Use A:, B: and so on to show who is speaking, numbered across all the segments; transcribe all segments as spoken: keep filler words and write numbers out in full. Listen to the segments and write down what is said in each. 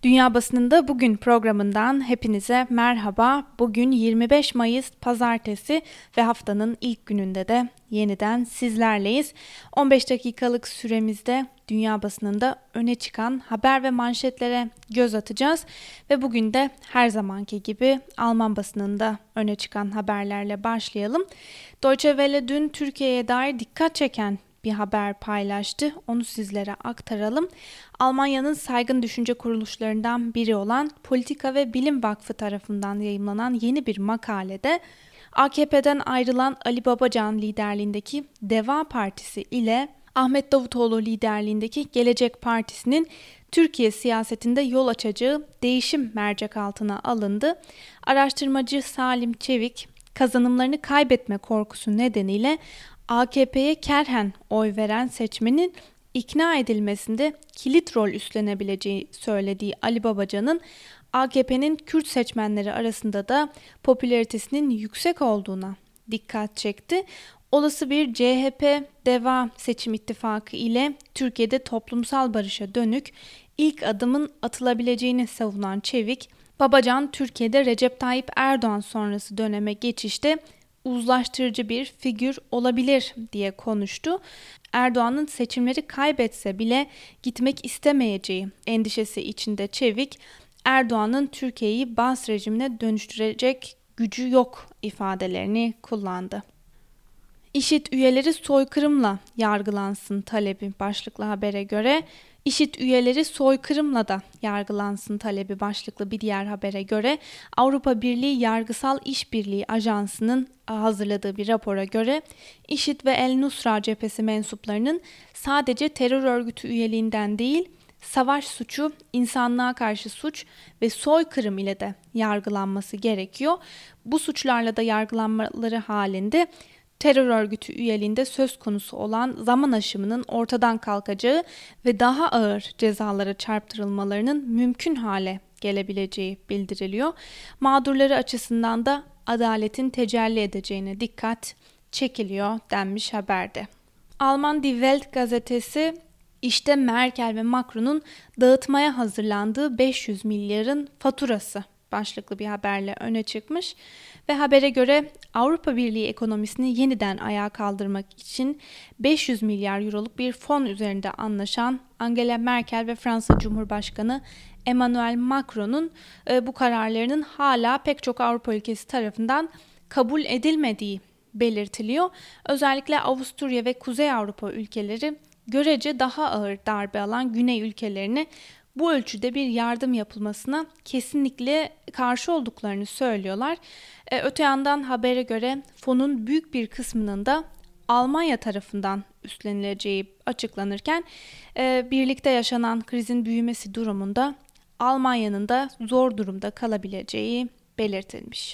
A: Dünya Basınında Bugün programından hepinize merhaba. Bugün yirmi beş Mayıs Pazartesi ve haftanın ilk gününde de yeniden sizlerleyiz. on beş dakikalık süremizde dünya basınında öne çıkan haber ve manşetlere göz atacağız. Ve bugün de her zamanki gibi Alman basınında öne çıkan haberlerle başlayalım. Deutsche Welle dün Türkiye'ye dair dikkat çeken bir haber paylaştı. Onu sizlere aktaralım. Almanya'nın saygın düşünce kuruluşlarından biri olan Politika ve Bilim Vakfı tarafından yayımlanan yeni bir makalede A K P'den ayrılan Ali Babacan liderliğindeki Deva Partisi ile Ahmet Davutoğlu liderliğindeki Gelecek Partisi'nin Türkiye siyasetinde yol açacağı değişim mercek altına alındı. Araştırmacı Salim Çevik, kazanımlarını kaybetme korkusu nedeniyle A K P'ye kerhen oy veren seçmenin ikna edilmesinde kilit rol üstlenebileceği söylediği Ali Babacan'ın A K P'nin Kürt seçmenleri arasında da popülaritesinin yüksek olduğuna dikkat çekti. Olası bir C H P-Deva seçim ittifakı ile Türkiye'de toplumsal barışa dönük ilk adımın atılabileceğini savunan Çevik, Babacan Türkiye'de Recep Tayyip Erdoğan sonrası döneme geçişte uzlaştırıcı bir figür olabilir diye konuştu. Erdoğan'ın seçimleri kaybetse bile gitmek istemeyeceği endişesi içinde Çevik, Erdoğan'ın Türkiye'yi Baas rejimine dönüştürecek gücü yok ifadelerini kullandı. İŞİD üyeleri soykırımla yargılansın talebi başlıklı habere göre, İŞİD üyeleri soykırımla da yargılansın talebi başlıklı bir diğer habere göre Avrupa Birliği Yargısal İşbirliği Ajansı'nın hazırladığı bir rapora göre İŞİD ve El Nusra cephesi mensuplarının sadece terör örgütü üyeliğinden değil, savaş suçu, insanlığa karşı suç ve soykırım ile de yargılanması gerekiyor. Bu suçlarla da yargılanmaları halinde terör örgütü üyeliğinde söz konusu olan zaman aşımının ortadan kalkacağı ve daha ağır cezalara çarptırılmalarının mümkün hale gelebileceği bildiriliyor. Mağdurları açısından da adaletin tecelli edeceğine dikkat çekiliyor denmiş haberde. Alman Die Welt gazetesi işte Merkel ve Macron'un dağıtmaya hazırlandığı beş yüz milyarın faturası başlıklı bir haberle öne çıkmış ve habere göre Avrupa Birliği ekonomisini yeniden ayağa kaldırmak için beş yüz milyar euroluk bir fon üzerinde anlaşan Angela Merkel ve Fransa Cumhurbaşkanı Emmanuel Macron'un e, bu kararlarının hala pek çok Avrupa ülkesi tarafından kabul edilmediği belirtiliyor. Özellikle Avusturya ve Kuzey Avrupa ülkeleri görece daha ağır darbe alan Güney ülkelerine bu ölçüde bir yardım yapılmasına kesinlikle karşı olduklarını söylüyorlar. Ee, öte yandan habere göre fonun büyük bir kısmının da Almanya tarafından üstlenileceği açıklanırken e, birlikte yaşanan krizin büyümesi durumunda Almanya'nın da zor durumda kalabileceği belirtilmiş.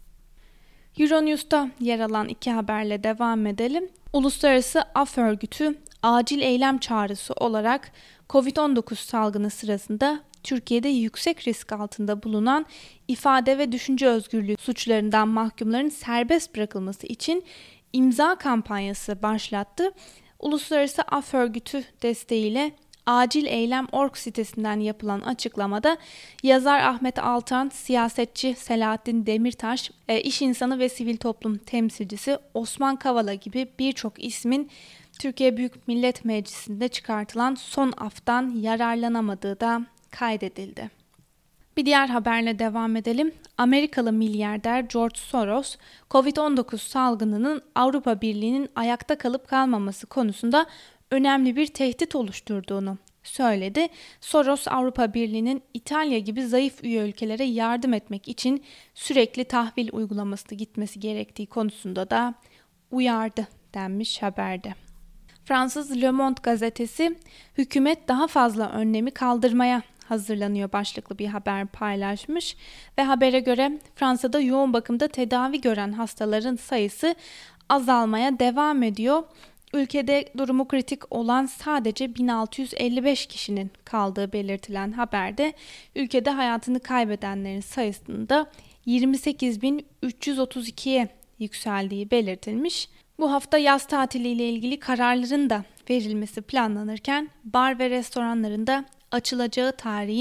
A: Euronews'ta yer alan iki haberle devam edelim. Uluslararası Af Örgütü acil eylem çağrısı olarak kovid on dokuz salgını sırasında Türkiye'de yüksek risk altında bulunan ifade ve düşünce özgürlüğü suçlarından mahkumların serbest bırakılması için imza kampanyası başlattı. Uluslararası Af Örgütü desteğiyle Acil Eylem nokta org sitesinden yapılan açıklamada yazar Ahmet Altan, siyasetçi Selahattin Demirtaş, iş insanı ve sivil toplum temsilcisi Osman Kavala gibi birçok ismin Türkiye Büyük Millet Meclisi'nde çıkartılan son aftan yararlanamadığı da kaydedildi. Bir diğer haberle devam edelim. Amerikalı milyarder George Soros, kovid on dokuz salgınının Avrupa Birliği'nin ayakta kalıp kalmaması konusunda önemli bir tehdit oluşturduğunu söyledi. Soros, Avrupa Birliği'nin İtalya gibi zayıf üye ülkelere yardım etmek için sürekli tahvil uygulamasına gitmesi gerektiği konusunda da uyardı denmiş haberde. Fransız Le Monde gazetesi, hükümet daha fazla önlemi kaldırmaya hazırlanıyor başlıklı bir haber paylaşmış ve habere göre Fransa'da yoğun bakımda tedavi gören hastaların sayısı azalmaya devam ediyor. Ülkede durumu kritik olan sadece bin altı yüz elli beş kişinin kaldığı belirtilen haberde ülkede hayatını kaybedenlerin sayısının da yirmi sekiz bin üç yüz otuz ikiye yükseldiği belirtilmiş. Bu hafta yaz tatiliyle ilgili kararların da verilmesi planlanırken bar ve restoranların da açılacağı tarihin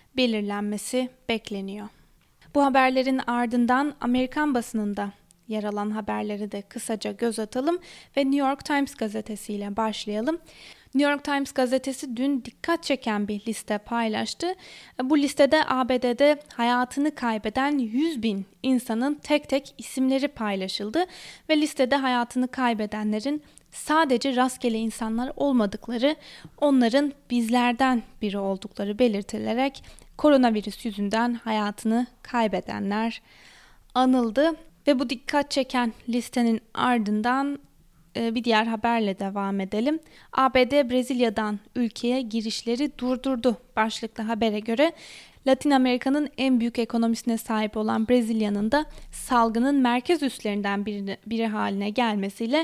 A: belirlenmesi bekleniyor. Bu haberlerin ardından Amerikan basınında yer alan haberleri de kısaca göz atalım ve New York Times gazetesiyle başlayalım. New York Times gazetesi dün dikkat çeken bir liste paylaştı. Bu listede A B D'de hayatını kaybeden yüz bin insanın tek tek isimleri paylaşıldı ve listede hayatını kaybedenlerin sadece rastgele insanlar olmadıkları, onların bizlerden biri oldukları belirtilerek koronavirüs yüzünden hayatını kaybedenler anıldı. Ve bu dikkat çeken listenin ardından e, bir diğer haberle devam edelim. A B D Brezilya'dan ülkeye girişleri durdurdu başlıklı habere göre. Latin Amerika'nın en büyük ekonomisine sahip olan Brezilya'nın da salgının merkez üslerinden biri, biri haline gelmesiyle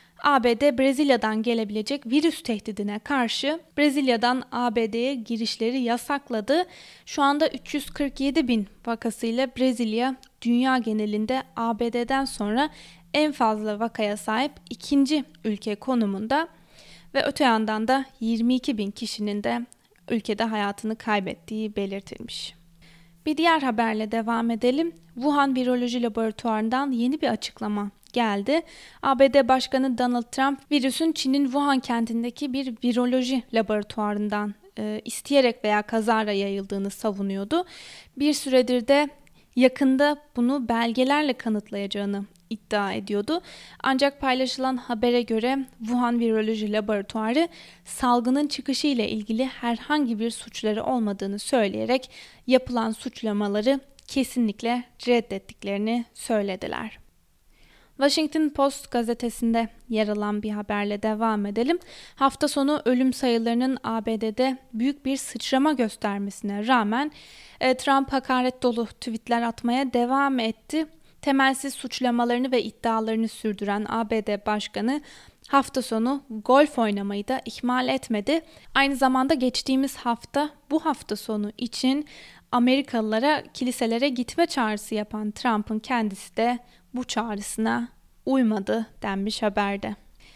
A: A B D Brezilya'dan gelebilecek virüs tehdidine karşı Brezilya'dan A B D'ye girişleri yasakladı. Şu anda üç yüz kırk yedi bin vakasıyla Brezilya dünya genelinde A B D'den sonra en fazla vakaya sahip ikinci ülke konumunda ve öte yandan da yirmi iki bin kişinin de ülkede hayatını kaybettiği belirtilmiş. Bir diğer haberle devam edelim. Wuhan Viroloji Laboratuvarı'ndan yeni bir açıklama geldi. A B D Başkanı Donald Trump, virüsün Çin'in Wuhan kentindeki bir viroloji laboratuvarından e, isteyerek veya kazara yayıldığını savunuyordu. Bir süredir de yakında bunu belgelerle kanıtlayacağını iddia ediyordu. Ancak paylaşılan habere göre Wuhan Viroloji Laboratuvarı salgının çıkışı ile ilgili herhangi bir suçları olmadığını söyleyerek yapılan suçlamaları kesinlikle reddettiklerini söylediler. Washington Post gazetesinde yer alan bir haberle devam edelim. Hafta sonu ölüm sayılarının A B D'de büyük bir sıçrama göstermesine rağmen Trump hakaret dolu tweetler atmaya devam etti. Temelsiz suçlamalarını ve iddialarını sürdüren A B D Başkanı hafta sonu golf oynamayı da ihmal etmedi. Aynı zamanda geçtiğimiz hafta bu hafta sonu için Amerikalılara kiliselere gitme çağrısı yapan Trump'ın kendisi de bu çağrısına uymadı denmiş haberde.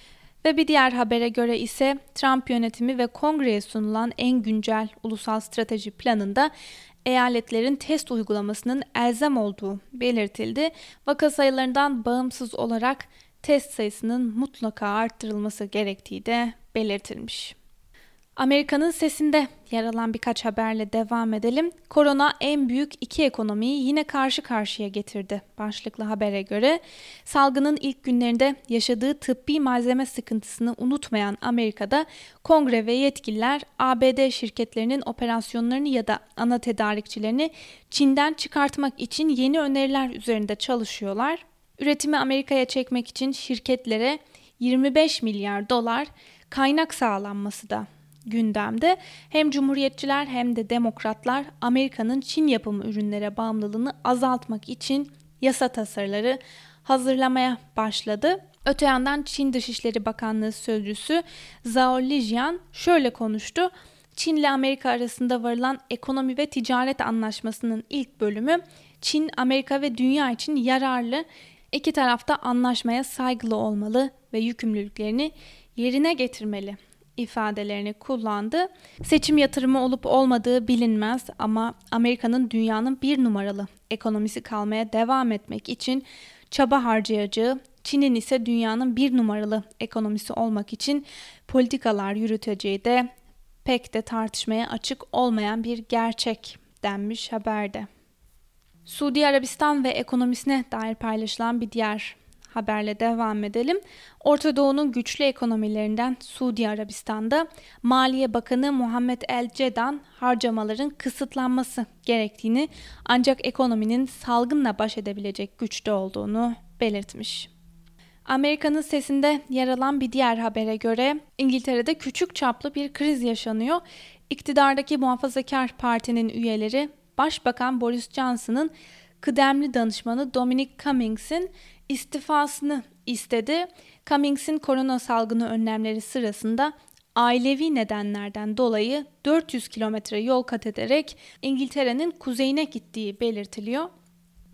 A: Ve bir diğer habere göre ise Trump yönetimi ve kongreye sunulan en güncel ulusal strateji planında eyaletlerin test uygulamasının elzem olduğu belirtildi. Vaka sayılarından bağımsız olarak test sayısının mutlaka arttırılması gerektiği de belirtilmiş. Amerika'nın sesinde yer alan birkaç haberle devam edelim. Korona en büyük iki ekonomiyi yine karşı karşıya getirdi başlıklı habere göre. Salgının ilk günlerinde yaşadığı tıbbi malzeme sıkıntısını unutmayan Amerika'da kongre ve yetkililer A B D şirketlerinin operasyonlarını ya da ana tedarikçilerini Çin'den çıkartmak için yeni öneriler üzerinde çalışıyorlar. Üretimi Amerika'ya çekmek için şirketlere yirmi beş milyar dolar kaynak sağlanması da gündemde. Hem Cumhuriyetçiler hem de Demokratlar Amerika'nın Çin yapımı ürünlere bağımlılığını azaltmak için yasa tasarıları hazırlamaya başladı. Öte yandan Çin Dışişleri Bakanlığı Sözcüsü Zhao Lijian şöyle konuştu. Çin ile Amerika arasında varılan ekonomi ve ticaret anlaşmasının ilk bölümü Çin, Amerika ve dünya için yararlı. İki tarafta anlaşmaya saygılı olmalı ve yükümlülüklerini yerine getirmeli ifadelerini kullandı. Seçim yatırımı olup olmadığı bilinmez ama Amerika'nın dünyanın bir numaralı ekonomisi kalmaya devam etmek için çaba harcayacağı, Çin'in ise dünyanın bir numaralı ekonomisi olmak için politikalar yürüteceği de pek de tartışmaya açık olmayan bir gerçek denmiş haberde. Suudi Arabistan ve ekonomisine dair paylaşılan bir diğer haberle devam edelim. Orta Doğu'nun güçlü ekonomilerinden Suudi Arabistan'da Maliye Bakanı Muhammed El Cedan harcamaların kısıtlanması gerektiğini ancak ekonominin salgınla baş edebilecek güçte olduğunu belirtmiş. Amerika'nın sesinde yer alan bir diğer habere göre İngiltere'de küçük çaplı bir kriz yaşanıyor. İktidardaki Muhafazakar Parti'nin üyeleri Başbakan Boris Johnson'ın kıdemli danışmanı Dominic Cummings'in istifasını istedi. Cummings'in korona salgını önlemleri sırasında ailevi nedenlerden dolayı dört yüz kilometre yol kat ederek İngiltere'nin kuzeyine gittiği belirtiliyor.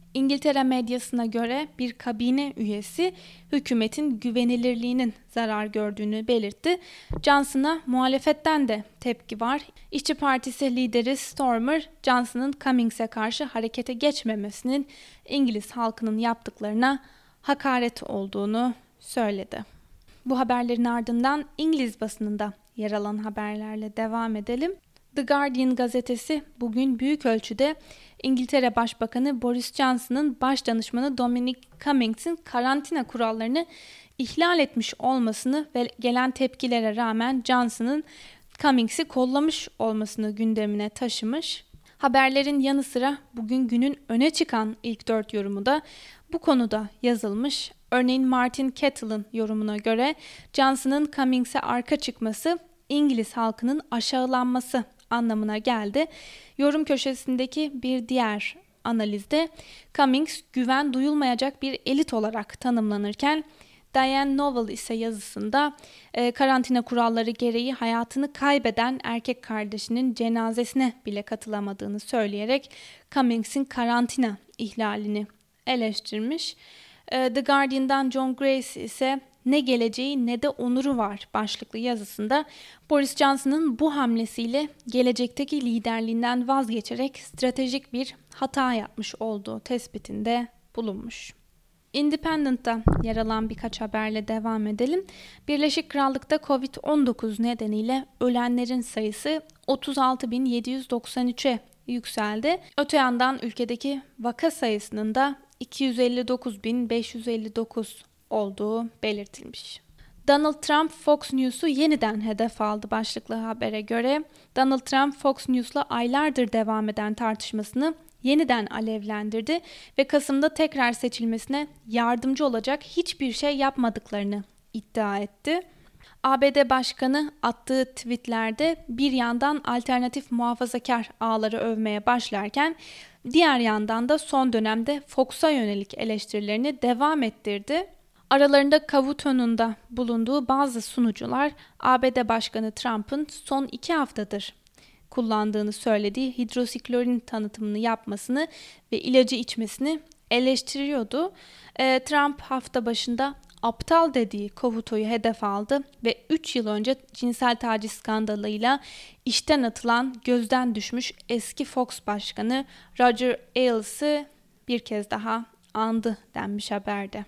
A: İngiltere medyasına göre bir kabine üyesi hükümetin güvenilirliğinin zarar gördüğünü belirtti. Johnson'a muhalefetten de tepki var. İşçi Partisi lideri Stormer, Johnson'ın Cummings'e karşı harekete geçmemesinin İngiliz halkının yaptıklarına hakaret olduğunu söyledi. Bu haberlerin ardından İngiliz basınında yer alan haberlerle devam edelim. The Guardian gazetesi bugün büyük ölçüde İngiltere Başbakanı Boris Johnson'ın başdanışmanı Dominic Cummings'in karantina kurallarını ihlal etmiş olmasını ve gelen tepkilere rağmen Johnson'ın Cummings'i kollamış olmasını gündemine taşımış. Haberlerin yanı sıra bugün günün öne çıkan ilk dört yorumu da bu konuda yazılmış. Örneğin Martin Kettle'ın yorumuna göre Johnson'ın Cummings'e arka çıkması İngiliz halkının aşağılanması anlamına geldi. Yorum köşesindeki bir diğer analizde Cummings güven duyulmayacak bir elit olarak tanımlanırken Diane Novel ise yazısında e, karantina kuralları gereği hayatını kaybeden erkek kardeşinin cenazesine bile katılamadığını söyleyerek Cummings'in karantina ihlalini eleştirmiş. E, The Guardian'dan John Grace ise ne geleceği ne de onuru var başlıklı yazısında Boris Johnson'ın bu hamlesiyle gelecekteki liderliğinden vazgeçerek stratejik bir hata yapmış olduğu tespitinde bulunmuş. Independent'ta yer alan birkaç haberle devam edelim. Birleşik Krallık'ta kovid on dokuz nedeniyle ölenlerin sayısı otuz altı bin yedi yüz doksan üçe yükseldi. Öte yandan ülkedeki vaka sayısının da iki yüz elli dokuz bin beş yüz elli dokuz olduğu belirtilmiş. Donald Trump Fox News'u yeniden hedef aldı başlıklı habere göre. Donald Trump Fox News'la aylardır devam eden tartışmasını yeniden alevlendirdi ve Kasım'da tekrar seçilmesine yardımcı olacak hiçbir şey yapmadıklarını iddia etti. A B D Başkanı attığı tweetlerde bir yandan alternatif muhafazakar ağları övmeye başlarken diğer yandan da son dönemde Fox'a yönelik eleştirilerini devam ettirdi. Aralarında kavutonun da bulunduğu bazı sunucular A B D Başkanı Trump'ın son iki haftadır kullandığını söylediği hidrosiklorin tanıtımını yapmasını ve ilacı içmesini eleştiriyordu. E, Trump hafta başında aptal dediği Cavuto'yu hedef aldı ve üç yıl önce cinsel taciz skandalıyla işten atılan, gözden düşmüş eski Fox Başkanı Roger Ailes bir kez daha andı denmiş haberde.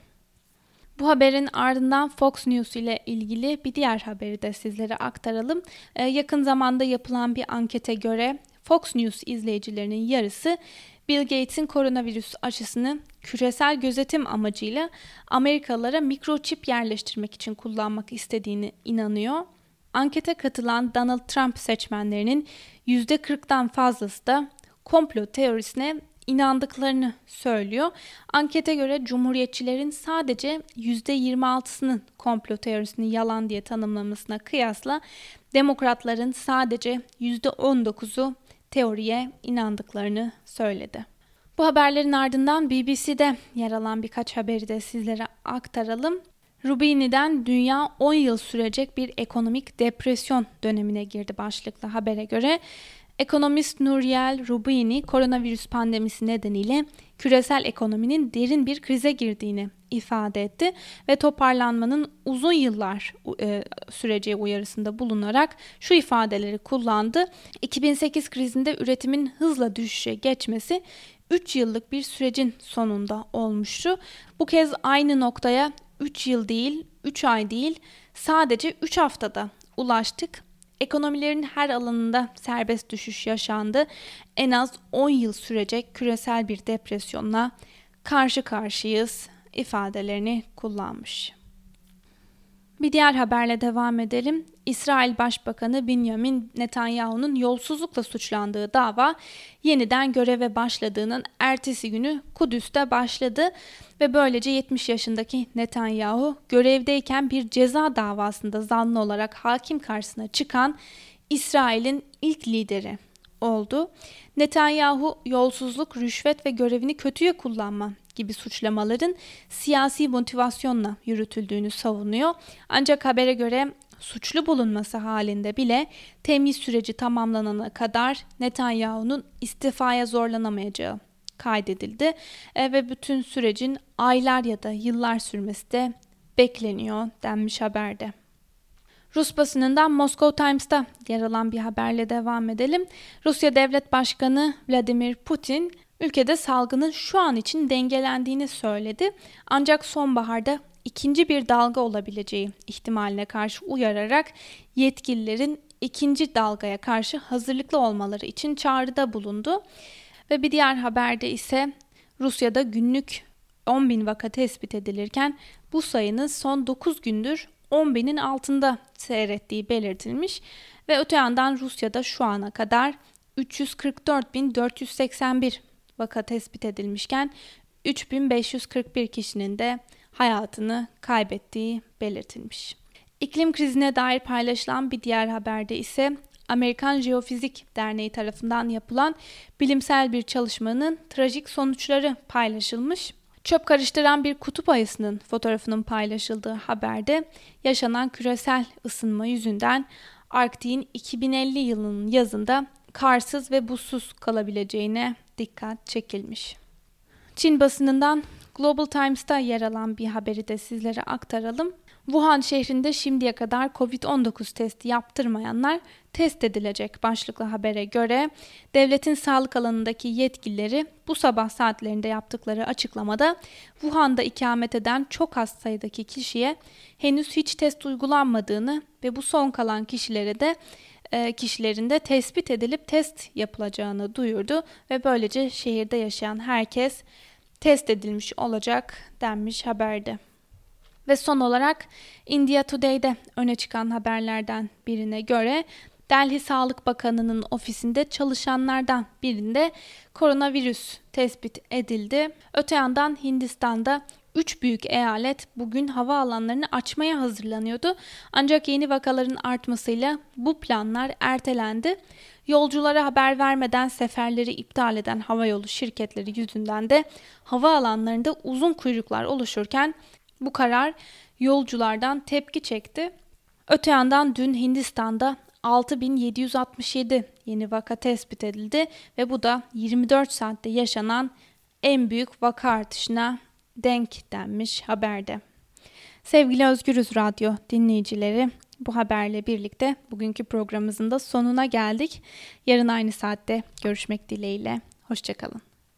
A: Bu haberin ardından Fox News ile ilgili bir diğer haberi de sizlere aktaralım. Ee, yakın zamanda yapılan bir ankete göre Fox News izleyicilerinin yarısı Bill Gates'in koronavirüs aşısını küresel gözetim amacıyla Amerikalılara mikroçip yerleştirmek için kullanmak istediğini inanıyor. Ankete katılan Donald Trump seçmenlerinin yüzde kırktan fazlası da komplo teorisine inandıklarını söylüyor. Ankete göre Cumhuriyetçilerin sadece yüzde yirmi altısının komplo teorisini yalan diye tanımlamasına kıyasla Demokratların sadece yüzde on dokuzu teoriye inandıklarını söyledi. Bu haberlerin ardından B B C'de yer alan birkaç haberi de sizlere aktaralım. Rubini'den dünya on yıl sürecek bir ekonomik depresyon dönemine girdi başlıklı habere göre. Ekonomist Nouriel Roubini, koronavirüs pandemisi nedeniyle küresel ekonominin derin bir krize girdiğini ifade etti ve toparlanmanın uzun yıllar e, süreceği uyarısında bulunarak şu ifadeleri kullandı. iki bin sekiz krizinde üretimin hızla düşüşe geçmesi üç yıllık bir sürecin sonunda olmuştu. Bu kez aynı noktaya üç yıl değil, üç ay değil, sadece üç haftada ulaştık. Ekonomilerin her alanında serbest düşüş yaşandı. En az on yıl sürecek küresel bir depresyonla karşı karşıyayız ifadelerini kullanmış. Bir diğer haberle devam edelim. İsrail Başbakanı Benjamin Netanyahu'nun yolsuzlukla suçlandığı dava yeniden göreve başladığının ertesi günü Kudüs'te başladı ve böylece yetmiş yaşındaki Netanyahu görevdeyken bir ceza davasında zanlı olarak hakim karşısına çıkan İsrail'in ilk lideri oldu. Netanyahu yolsuzluk, rüşvet ve görevini kötüye kullanma gibi suçlamaların siyasi motivasyonla yürütüldüğünü savunuyor. Ancak habere göre suçlu bulunması halinde bile temyiz süreci tamamlanana kadar Netanyahu'nun istifaya zorlanamayacağı kaydedildi e, ve bütün sürecin aylar ya da yıllar sürmesi de bekleniyor denmiş haberde. Rus basınından Moscow Times'ta yer alan bir haberle devam edelim. Rusya Devlet Başkanı Vladimir Putin ülkede salgının şu an için dengelendiğini söyledi. Ancak sonbaharda ikinci bir dalga olabileceği ihtimaline karşı uyararak yetkililerin ikinci dalgaya karşı hazırlıklı olmaları için çağrıda bulundu. Ve bir diğer haberde ise Rusya'da günlük on bin vaka tespit edilirken bu sayının son dokuz gündür on binin altında seyrettiği belirtilmiş ve öte yandan Rusya'da şu ana kadar üç yüz kırk dört bin dört yüz seksen bir vaka tespit edilmişken üç bin beş yüz kırk bir kişinin de hayatını kaybettiği belirtilmiş. İklim krizine dair paylaşılan bir diğer haberde ise Amerikan Jeofizik Derneği tarafından yapılan bilimsel bir çalışmanın trajik sonuçları paylaşılmış. Çöp karıştıran bir kutup ayısının fotoğrafının paylaşıldığı haberde yaşanan küresel ısınma yüzünden Arktik'in iki bin elli yılının yazında karsız ve buzsuz kalabileceğine dikkat çekilmiş. Çin basınından Global Times'ta yer alan bir haberi de sizlere aktaralım. Wuhan şehrinde şimdiye kadar kovid on dokuz testi yaptırmayanlar test edilecek başlıklı habere göre devletin sağlık alanındaki yetkilileri bu sabah saatlerinde yaptıkları açıklamada Wuhan'da ikamet eden çok az sayıdaki kişiye henüz hiç test uygulanmadığını ve bu son kalan kişilere de e, kişilerin de tespit edilip test yapılacağını duyurdu ve böylece şehirde yaşayan herkes test edilmiş olacak denmiş haberde. Ve son olarak India Today'de öne çıkan haberlerden birine göre Delhi Sağlık Bakanı'nın ofisinde çalışanlardan birinde koronavirüs tespit edildi. Öte yandan Hindistan'da üç büyük eyalet bugün havaalanlarını açmaya hazırlanıyordu. Ancak yeni vakaların artmasıyla bu planlar ertelendi. Yolculara haber vermeden seferleri iptal eden havayolu şirketleri yüzünden de havaalanlarında uzun kuyruklar oluşurken bu karar yolculardan tepki çekti. Öte yandan dün Hindistan'da altı bin yedi yüz altmış yedi yeni vaka tespit edildi ve bu da yirmi dört saatte yaşanan en büyük vaka artışına denk denmiş haberde. Sevgili Özgürüz Radyo dinleyicileri, bu haberle birlikte bugünkü programımızın da sonuna geldik. Yarın aynı saatte görüşmek dileğiyle. Hoşça kalın.